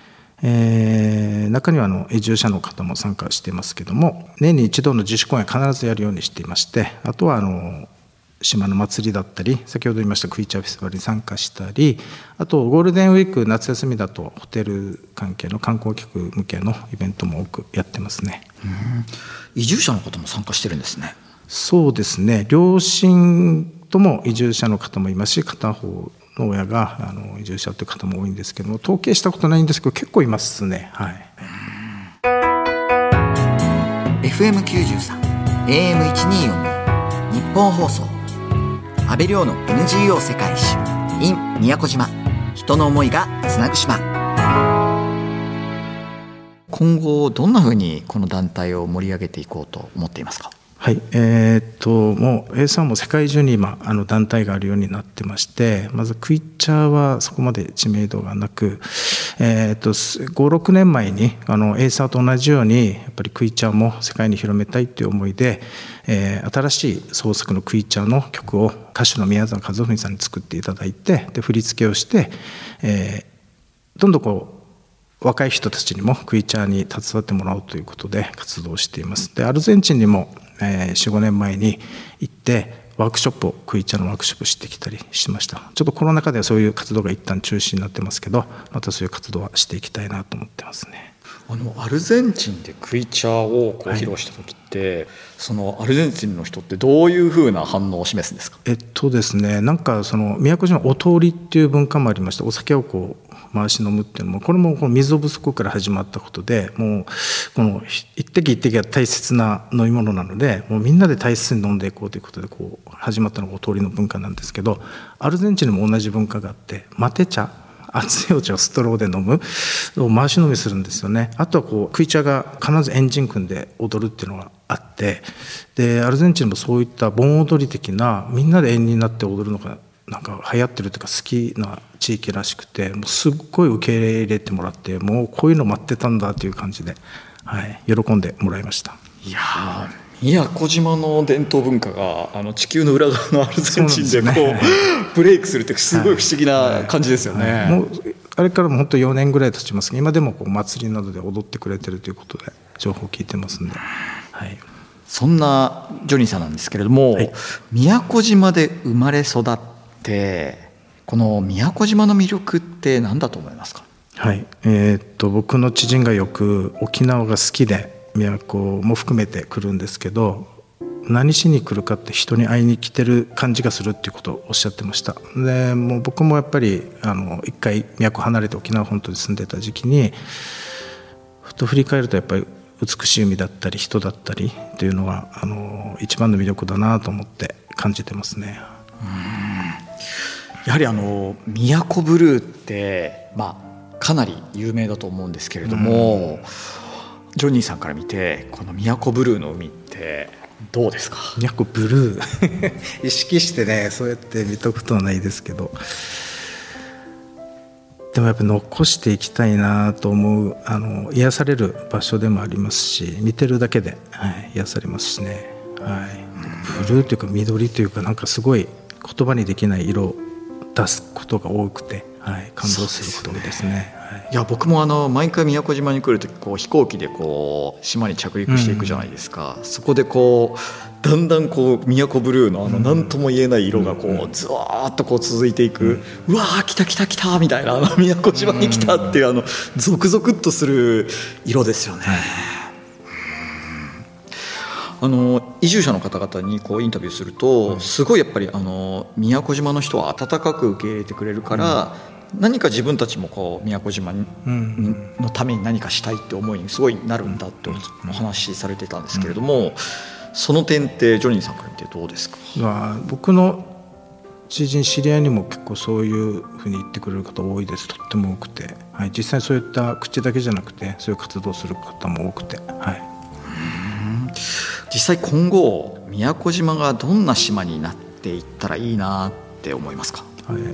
中には移住者の方も参加していますけども、年に一度の自主公演必ずやるようにしていまして、あとは島の祭りだったり、先ほど言いましたクイチャーフェスティバルに参加したり、あとゴールデンウィーク夏休みだとホテル関係の観光客向けのイベントも多くやってますね。 移住者の方も参加してるんですね。 そうですね、両親とも移住者の方もいますし、片方の親が移住者という方も多いんですけども、統計したことないんですけど結構いますね。 FM93 AM1242 日本放送安倍亮の NGO 世界一周 in 宮古島、人の思いがつなぐ島。今後どんなふうにこの団体を盛り上げていこうと思っていますか？ はい、もう A3 も世界中に今団体があるようになってまして、まずクイチャーはそこまで知名度がなく、5、6年前にA3 と同じようにやっぱりクイチャーも世界に広めたいという思いで、新しい創作のクイチャーの曲を歌手の宮沢和文さんに作っていただいて、で振り付けをして、どんどん若い人たちにもクイチャーに携わってもらおうということで活動しています。でアルゼンチンにも、4、5年前に行ってワークショップをクイチャーのワークショップしてきたりしました。ちょっとコロナ禍ではそういう活動が一旦中止になってますけど、またそういう活動はしていきたいなと思ってますね。 アルゼンチンでクイチャーを披露した時って、そのアルゼンチンの人ってどういうふうな反応を示すんですか？ ですね、なんか宮古島お通りっていう文化もありまして、お酒を回し飲むっていうのも、これも水不足から始まったことで、もうこの一滴一滴が大切な飲み物なので、もうみんなで大切に飲んでいこうということで始まったのがお通りの文化なんですけど、アルゼンチンにも同じ文化があって、マテ茶、熱いお茶をストローで飲むを回し飲みするんですよね。あとはクイチャーが必ずエンジン組んで踊るっていうのがあって、でアルゼンチンもそういった盆踊り的なみんなで円になって踊るのがなんか流行ってるというか好きな地域らしくて、もうすっごい受け入れてもらって、もうこういうの待ってたんだという感じで、喜んでもらいました。いや宮古島の伝統文化が地球の裏側のアルゼンチンでブレイクするってすごい不思議な感じですよね。 もうあれからも本当4年ぐらい経ちますが、今でも祭りなどで踊ってくれてるということで情報を聞いてますんで、 そんなジョニーさんなんですけれども、宮古島で生まれ育って、この宮古島の魅力って何だと思いますか？ 僕の知人がよく沖縄が好きで宮古も含めて来るんですけど、何しに来るかって人に会いに来てる感じがするっていうことをおっしゃってました。でもう僕もやっぱり一回宮古離れて沖縄本島に住んでた時期にふと振り返ると、やっぱり美しい海だったり人だったりというのは一番の魅力だなと思って感じてますね。 やはり宮古ブルーって、かなり有名だと思うんですけれども、ジョニーさんから見てこの宮古ブルーの海ってどうですか？ 宮古ブルー意識してね、そうやって見たことはないですけど、でもやっぱ残していきたいなと思う癒される場所でもありますし、見てるだけで、癒されますしね。ブルーというか緑というか、なんかすごい言葉にできない色を出すことが多くて、感動することですね。 いや僕も毎回宮古島に来るとき飛行機で島に着陸していくじゃないですか、そこでだんだん宮古ブルーの何とも言えない色がずわーっと続いていく、うわー来た来た来たみたいな、宮古島に来たっていうゾクゾクっとする色ですよね。移住者の方々にインタビューすると、すごいやっぱり宮古島の人は温かく受け入れてくれるから、何か自分たちも宮古島のために何かしたいって思いにすごいなるんだってお話しされてたんですけれども、その点ってジョニーさんから見てどうですか？ 僕の知人知り合いにも結構そういうふうに言ってくれる方多いです。とっても多くて、実際そういった口だけじゃなくてそういう活動をする方も多くて、 実際今後宮古島がどんな島になっていったらいいなって思いますか？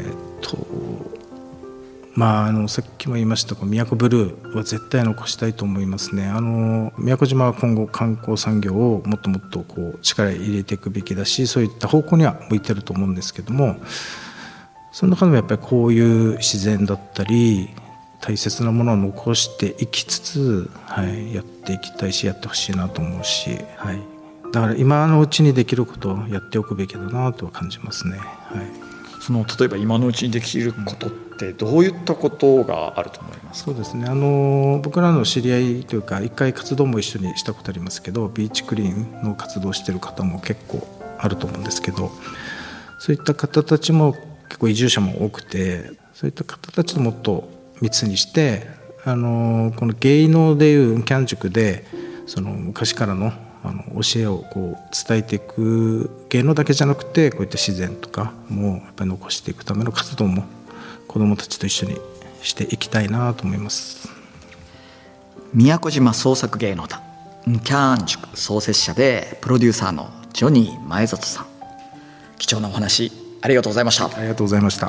さっきも言いました宮古ブルーは絶対残したいと思いますね。宮古島は今後観光産業をもっともっと力入れていくべきだし、そういった方向には向いてると思うんですけども、その中でもやっぱりこういう自然だったり大切なものを残していきつつ、やっていきたいし、やってほしいなと思うし、だから今のうちにできることをやっておくべきだなとは感じますね。 例えば今のうちにできることってどういったことがあると思いますか？ そうですね、僕らの知り合いというか一回活動も一緒にしたことありますけど、ビーチクリーンの活動をしている方も結構あると思うんですけど、そういった方たちも結構移住者も多くて、そういった方たちともっと密にして、この芸能でいうキャン塾で昔からの教えをこう伝えていく、芸能だけじゃなくてこういった自然とかもやっぱり残していくための活動も子どもたちと一緒にしていきたいなと思います。 宮古島創作芸能団キャン塾創設者でプロデューサーのジョニー前里さん、貴重なお話ありがとうございました。 ありがとうございました。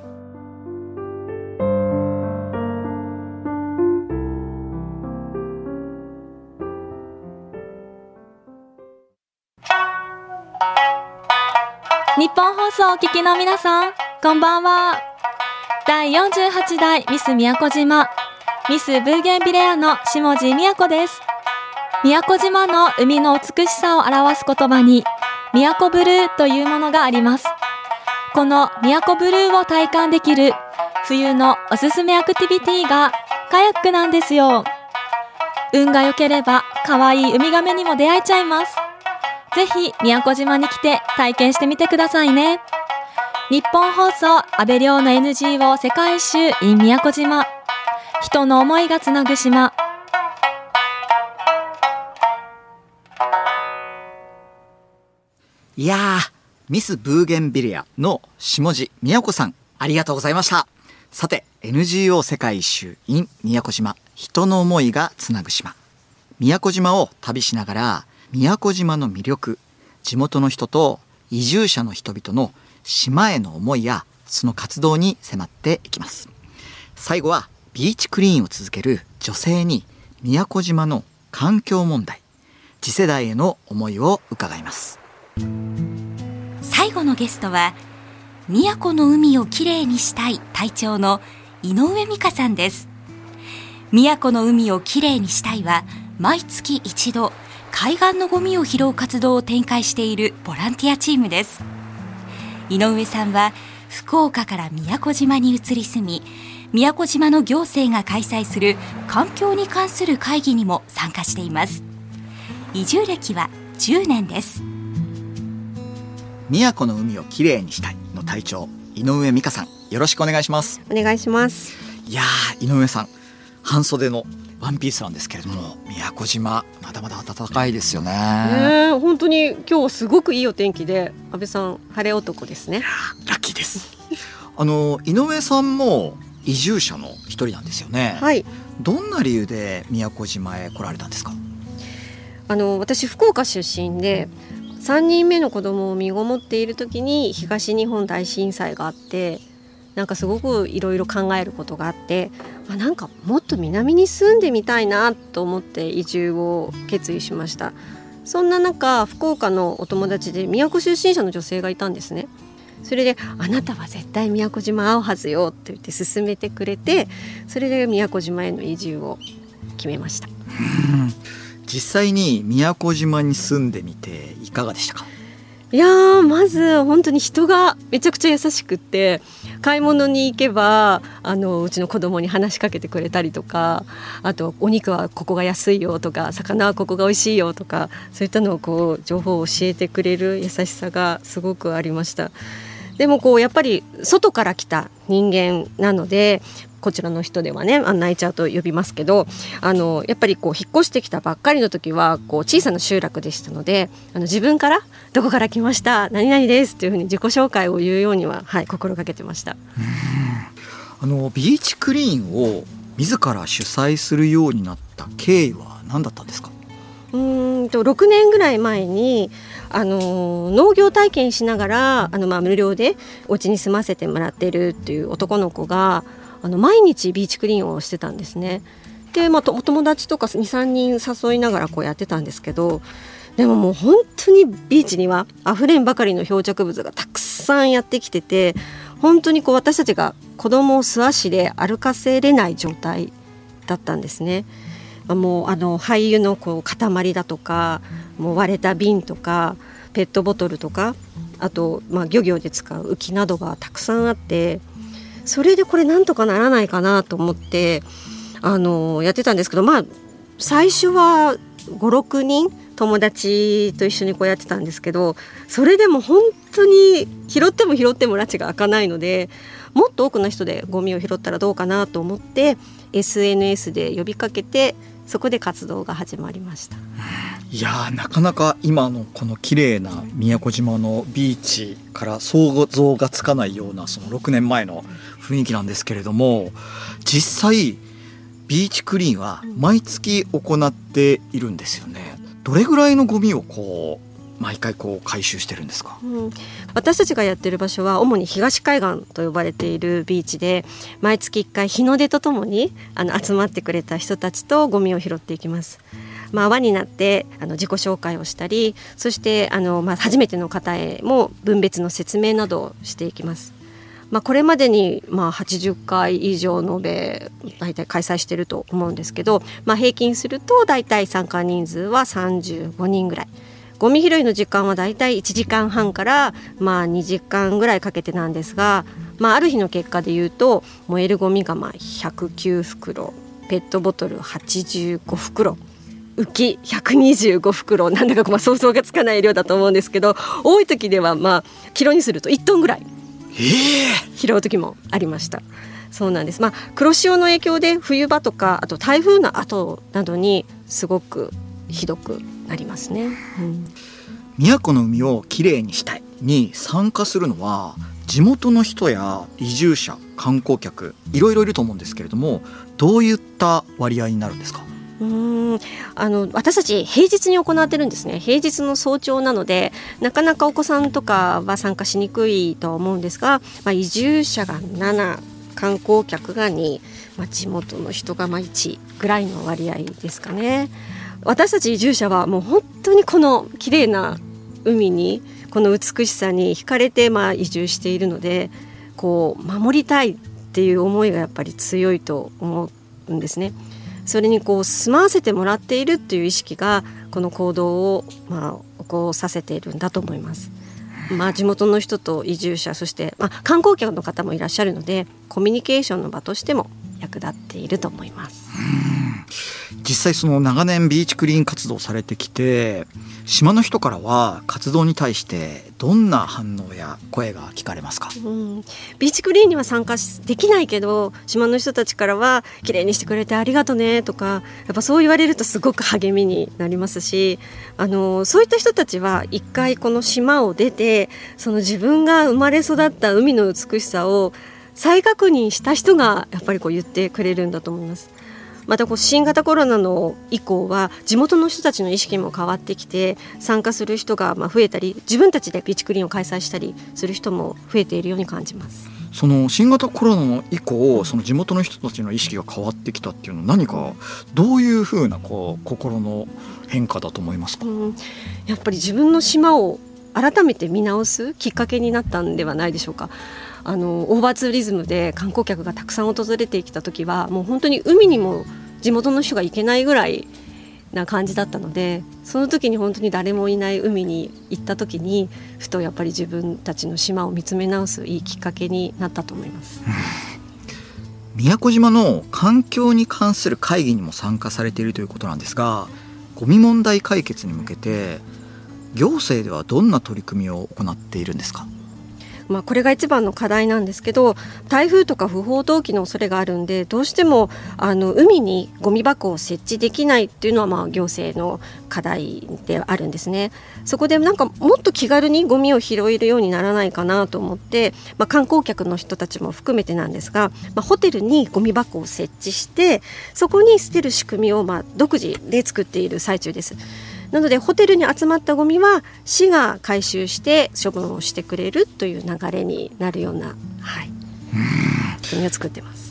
日本放送をお聞きの皆さん、こんばんは。第48代ミス宮古島、ミスブーゲンビレアの下地宮子です。宮古島の海の美しさを表す言葉に、宮古ブルーというものがあります。この宮古ブルーを体感できる冬のおすすめアクティビティがカヤックなんですよ。運が良ければ可愛いウミガメにも出会えちゃいます。ぜひ宮古島に来て体験してみてくださいね。日本放送安倍亮の NGO 世界一周 in 宮古島、人の思いがつなぐ島。 いやー、ミスブーゲンビレアの下地宮子さん、ありがとうございました。さて NGO 世界一周 in 宮古島、人の思いがつなぐ島、宮古島を旅しながら宮古島の魅力、地元の人と移住者の人々の島への思いやその活動に迫っていきます。最後はビーチクリーンを続ける女性に宮古島の環境問題、次世代への思いを伺います。 最後のゲストは宮古の海をきれいにしたい隊長の井上美香さんです。宮古の海をきれいにしたいは毎月一度海岸のゴミを拾う活動を展開しているボランティアチームです。井上さんは福岡から宮古島に移り住み、宮古島の行政が開催する環境に関する会議にも参加しています。移住歴は10年です。 宮古の海をきれいにしたいの隊長井上美香さん、よろしくお願いします。 お願いします。 いやー、井上さん、半袖のワンピースなんですけれども、宮古島まだまだ暖かいですよね。 本当に今日すごくいいお天気で、安倍さん晴れ男ですね。 ラッキーです。井上さんも移住者の一人なんですよね。 はい。 どんな理由で宮古島へ来られたんですか？ 私福岡出身で、3人目の子供を身ごもっている時に東日本大震災があって、なんかすごくいろいろ考えることがあって、なんかもっと南に住んでみたいなと思って移住を決意しました。そんな中、福岡のお友達で宮古出身者の女性がいたんですね。それで、あなたは絶対宮古島合うはずよって言って勧めてくれて、それで宮古島への移住を決めました。 実際に宮古島に住んでみていかがでしたか？ いやまず本当に人がめちゃくちゃ優しくって、買い物に行けばうちの子供に話しかけてくれたりとか、あとお肉はここが安いよとか、魚はここが美味しいよとか、そういったのを情報を教えてくれる優しさがすごくありました。でもやっぱり外から来た人間なので、こちらの人ではね、内チャーと呼びますけど、やっぱり引っ越してきたばっかりの時は小さな集落でしたので、自分からどこから来ました何々ですというふうに自己紹介を言うようには、心がけてました。 ビーチクリーンを自ら主催するようになった経緯は何だったんですか ？6年ぐらい前に農業体験しながら無料でお家に住ませてもらっているっていう男の子が毎日ビーチクリーンをしてたんですね。で、お友達とか 2,3 人誘いながらやってたんですけど、でももう本当にビーチにはあふれんばかりの漂着物がたくさんやってきてて、本当に私たちが子供を素足で歩かせれない状態だったんですね。もう廃油の塊だとか、もう割れた瓶とかペットボトルとか、あと漁業で使う浮きなどがたくさんあって、それでこれなんとかならないかなと思ってやってたんですけど、最初は 5,6 人友達と一緒にやってたんですけど、それでも本当に拾っても拉致が開かないので、もっと多くの人でゴミを拾ったらどうかなと思って SNS で呼びかけて、そこで活動が始まりました。 いやー、なかなか今のこの綺麗な宮古島のビーチから想像がつかないようなその6年前の雰囲気なんですけれども、実際ビーチクリーンは毎月行っているんですよね。どれぐらいのゴミを毎回回収してるんですか？ 私たちがやってる場所は主に東海岸と呼ばれているビーチで、毎月1回日の出とともに集まってくれた人たちとゴミを拾っていきます。輪になって自己紹介をしたり、そして初めての方へも分別の説明などをしていきます。これまでに80回以上延べ大体開催していると思うんですけど、平均すると大体参加人数は35人ぐらい。ゴミ拾いの時間は大体1時間半から2時間ぐらいかけてなんですが、ある日の結果でいうと燃えるゴミが109袋、ペットボトル85袋、浮き125袋、なんだか想像がつかない量だと思うんですけど、多い時ではキロにすると1トンぐらい拾う時もありました。そうなんです。黒潮の影響で冬場とか、あと台風の後などにすごくひどくなりますね。 宮古の海をきれいにしたいに参加するのは地元の人や移住者、観光客、いろいろいると思うんですけれども、どういった割合になるんですか？ 私たち平日に行ってるんですね。平日の早朝なので、なかなかお子さんとかは参加しにくいと思うんですが、移住者が7、観光客が2、地元の人が1ぐらいの割合ですかね。私たち移住者はもう本当にこの綺麗な海に、この美しさに惹かれて移住しているので、守りたいっていう思いがやっぱり強いと思うんですね。それに住まわせてもらっているっていう意識がこの行動を起こさせているんだと思います。地元の人と移住者、そして観光客の方もいらっしゃるので、コミュニケーションの場としても役立っていると思います。 実際その長年ビーチクリーン活動されてきて、島の人からは活動に対してどんな反応や声が聞かれますか？ ビーチクリーンには参加できないけど、島の人たちからはきれいにしてくれてありがとねとか、やっぱそう言われるとすごく励みになりますし、そういった人たちは一回この島を出て、その自分が生まれ育った海の美しさを再確認した人がやっぱり言ってくれるんだと思います。また新型コロナの以降は地元の人たちの意識も変わってきて、参加する人が増えたり、自分たちでビーチクリーンを開催したりする人も増えているように感じます。 その新型コロナの以降、その地元の人たちの意識が変わってきたっていうのは何かどういうふうな心の変化だと思いますか？ やっぱり自分の島を改めて見直すきっかけになったんではないでしょうか。オーバーツーリズムで観光客がたくさん訪れてきた時は、もう本当に海にも地元の人が行けないぐらいな感じだったので、その時に本当に誰もいない海に行った時に、ふとやっぱり自分たちの島を見つめ直すいいきっかけになったと思います。 宮古島の環境に関する会議にも参加されているということなんですが、ゴミ問題解決に向けて行政ではどんな取り組みを行っているんですか？ これが一番の課題なんですけど、台風とか不法投棄の恐れがあるんで、どうしても海にゴミ箱を設置できないっていうのは行政の課題であるんですね。そこでもっと気軽にゴミを拾えるようにならないかなと思って、観光客の人たちも含めてなんですが、ホテルにゴミ箱を設置して、そこに捨てる仕組みを独自で作っている最中です。なのでホテルに集まったゴミは市が回収して処分をしてくれるという流れになるような、仕組みを作ってます。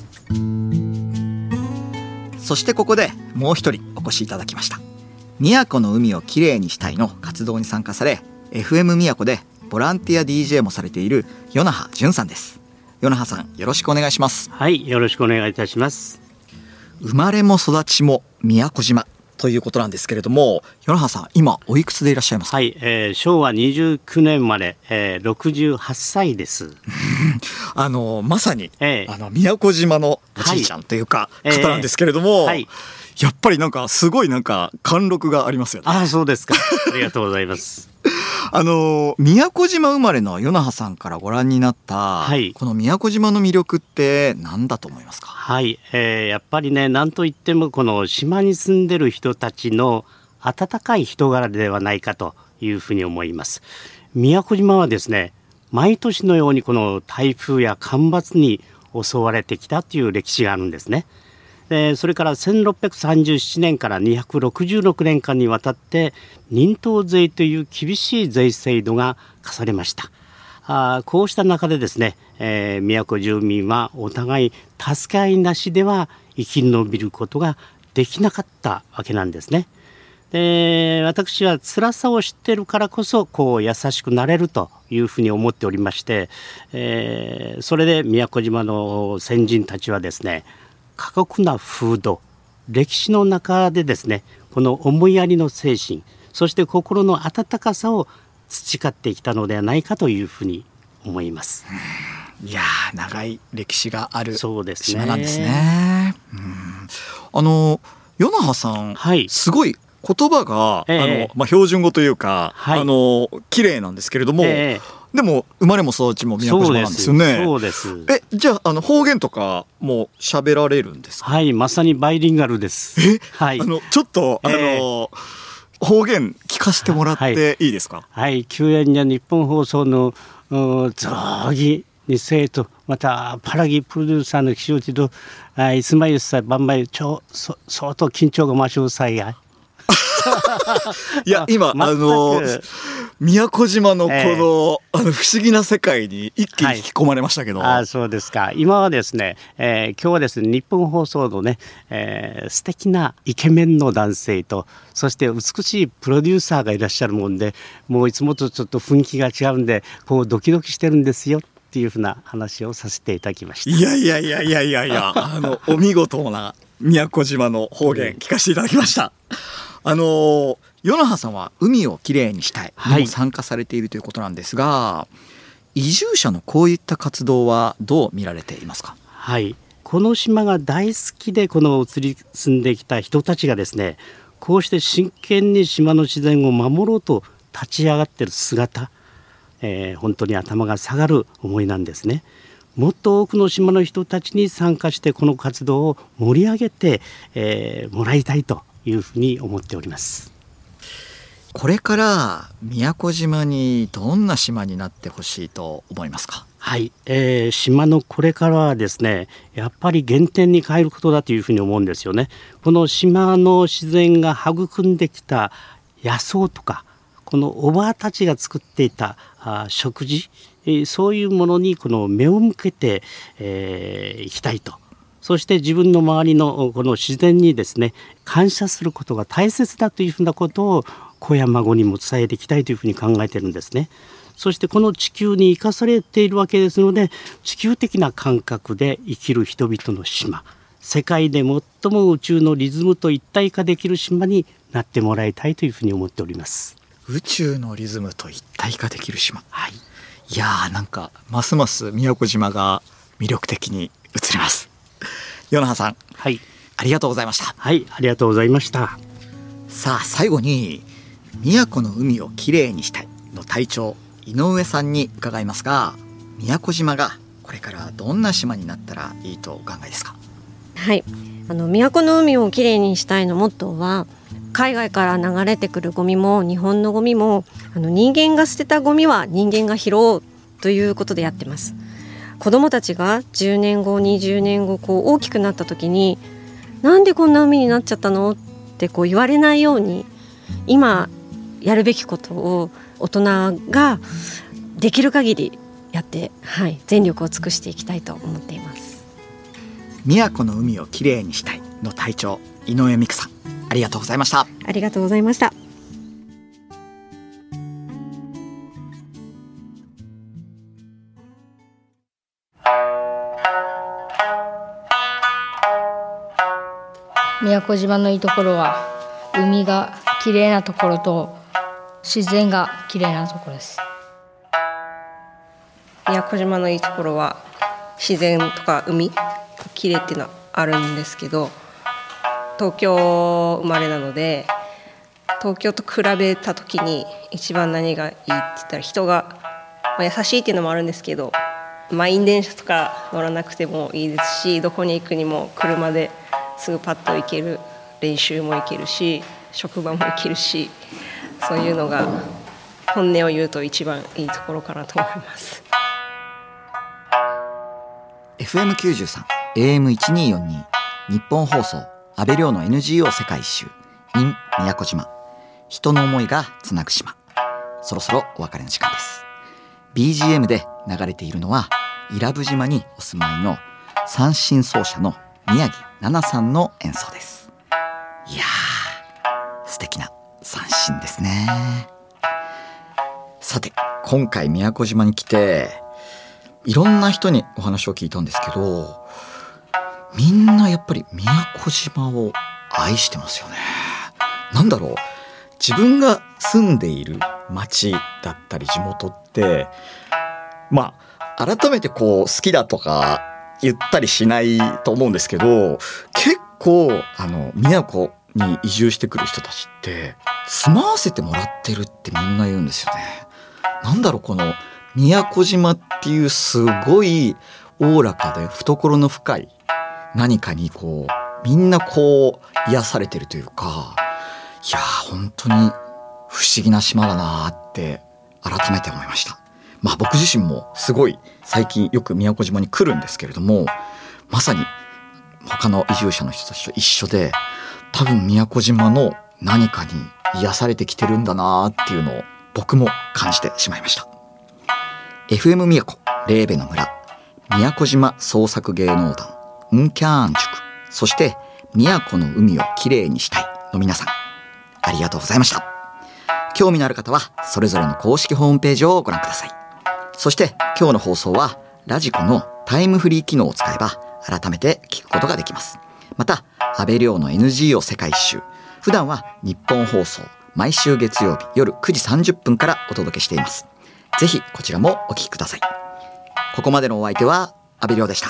そしてここでもう一人お越しいただきました。宮古の海をきれいにしたいの活動に参加され、 FM 宮古でボランティア DJ もされている与那覇淳さんです。与那覇さん、よろしくお願いします。 はい、よろしくお願いいたします。 生まれも育ちも宮古島ということなんですけれども、与那覇さん、今おいくつでいらっしゃいますか？ はい、昭和29年生まれ、68歳です。 まさに、宮古島のおじいちゃんというか、方なんですけれども、やっぱりすごい貫禄がありますよね。 そうですか。ありがとうございます。 宮古島生まれの与那覇さんからご覧になった、この宮古島の魅力って何だと思いますか？ やっぱりね、何といってもこの島に住んでる人たちの温かい人柄ではないかというふうに思います。宮古島はですね、毎年のようにこの台風や干ばつに襲われてきたという歴史があるんですね。それから1637年から266年間にわたって人頭税という厳しい税制度が課されました。こうした中でですね、宮古住民はお互い助け合いなしでは生き延びることができなかったわけなんですね。で、私は辛さを知っているからこそ優しくなれるというふうに思っておりまして、それで宮古島の先人たちはですね、過酷な風土、歴史の中でですね、この思いやりの精神、そして心の温かさを培ってきたのではないかというふうに思います。 いやー、長い歴史があるそうですね、 島なんですね。与那覇さん、すごい言葉が、標準語というか、綺麗なんですけれども、でも生まれも育ちも宮古島なんですよね。 そうです。 じゃあ、方言とかも喋られるんですか？ はい、まさにバイリンガルです。 ちょっと方言聞かせてもらっていいですか？ はい、救援や日本放送の雑技に生徒、またパラギプロデューサーの岸内といつまゆさバンバイ相当緊張が増しうさいや。 いや、今宮古島のこの、不思議な世界に一気に引き込まれましたけど、 そうですか。今はですね、今日はですね、日本放送のね、素敵なイケメンの男性と、そして美しいプロデューサーがいらっしゃるもんで、もういつもとちょっと雰囲気が違うんで、ドキドキしてるんですよっていうふうな話をさせていただきました。 いやお見事な宮古島の方言聞かせていただきました。与那覇さんは海をきれいにしたいにも参加されているということなんですが、移住者のこういった活動はどう見られていますか？ はい、この島が大好きで移り住んできた人たちがですね、こうして真剣に島の自然を守ろうと立ち上がっている姿、本当に頭が下がる思いなんですね。もっと多くの島の人たちに参加してこの活動を盛り上げて、もらいたいというふうに思っております。 これから宮古島にどんな島になってほしいと思いますか？ はい、島のこれからはですね、やっぱり原点に変えることだというふうに思うんですよね。この島の自然が育んできた野草とか、このおばあたちが作っていた食事、そういうものに目を向けていきたいと。そして自分の周りのこの自然にですね、感謝することが大切だというふうなことを子や孫にも伝えていきたいというふうに考えているんですね。そしてこの地球に生かされているわけですので、地球的な感覚で生きる人々の島、世界で最も宇宙のリズムと一体化できる島になってもらいたいというふうに思っております。 宇宙のリズムと一体化できる島、いやー、なんかますます宮古島が魅力的に映ります。与那覇さん、ありがとうございました。 はい、ありがとうございました。 さあ、最後に宮古の海をきれいにしたいの隊長井上さんに伺いますが、宮古島がこれからどんな島になったらいいとお考えですか？ はい、宮古の海をきれいにしたいのモットーは、海外から流れてくるゴミも日本のゴミも人間が捨てたゴミは人間が拾おうということでやってます。子どもたちが10年後20年後大きくなった時に、なんでこんな海になっちゃったのって言われないように、今やるべきことを大人ができる限りやって、全力を尽くしていきたいと思っています。 宮古の海をきれいにしたいの隊長井上美久さん、ありがとうございました。 ありがとうございました。 宮古島のいいところは海がきれいなところと自然がきれいなところです。 宮古島のいいところは自然とか海がきれいっていうのはあるんですけど、東京生まれなので、東京と比べた時に一番何がいいって言ったら、人が、優しいっていうのもあるんですけど、満員電車とか乗らなくてもいいですし、どこに行くにも車ですぐパッと行ける、練習も行けるし、 職場も生きるし、そういうのが本音を言うと一番いいところかなと思います。 FM93 AM1242 日本放送安倍亮の NGO 世界一周 in 宮古島、人の思いがつなぐ島。そろそろお別れの時間です。 BGM で流れているのは伊良部島にお住まいの三線奏者の宮城奈々さんの演奏です。いやー、素敵な三線ですね。さて、今回宮古島に来ていろんな人にお話を聞いたんですけど、みんなやっぱり宮古島を愛してますよね。なんだろう、自分が住んでいる町だったり地元ってまあ改めてこう好きだとか言ったりしないと思うんですけど、結構宮古に移住してくる人たちって住まわせてもらってるってみんな言うんですよね。なんだろう、この宮古島っていうすごいおおらかで懐の深い何かにこうみんなこう癒されてるというか、いや本当に不思議な島だなって改めて思いました。まあ僕自身もすごい最近よく宮古島に来るんですけれども、まさに他の移住者の人たちと一緒で、多分宮古島の何かに癒されてきてるんだなっていうのを僕も感じてしまいました。 FM 宮古レーベの村、宮古島創作芸能団ンキャーン塾、そして宮古の海をきれいにしたいの皆さん、ありがとうございました。興味のある方はそれぞれの公式ホームページをご覧ください。そして今日の放送はラジコのタイムフリー機能を使えば改めて聞くことができます。また安倍亮の NGO 世界一周、普段は日本放送毎週月曜日夜9時30分からお届けしています。ぜひこちらもお聞きください。ここまでのお相手は安倍亮でした。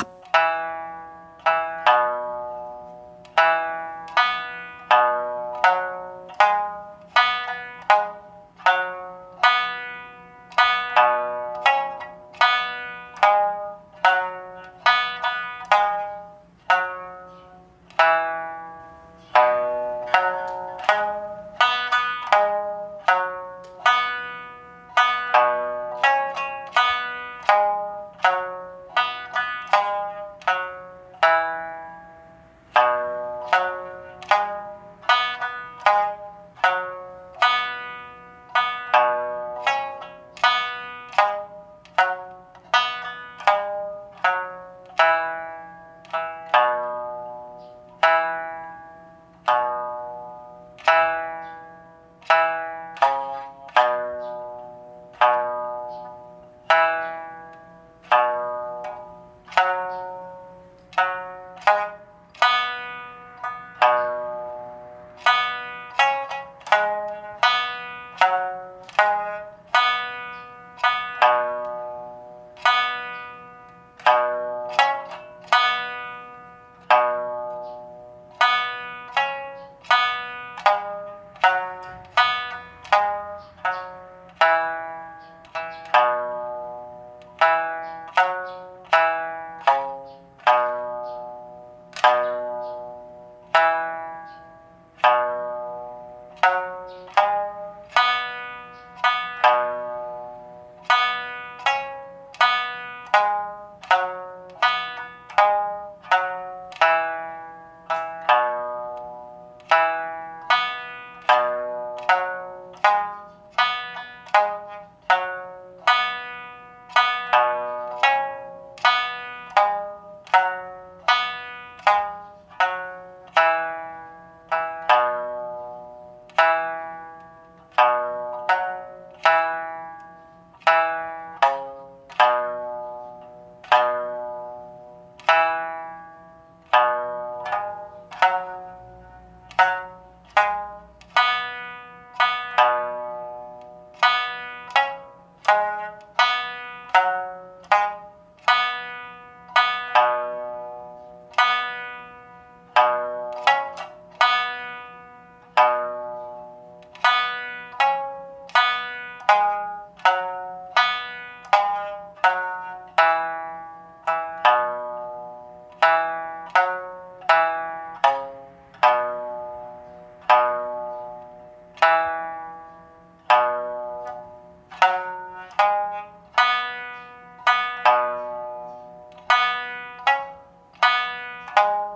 した。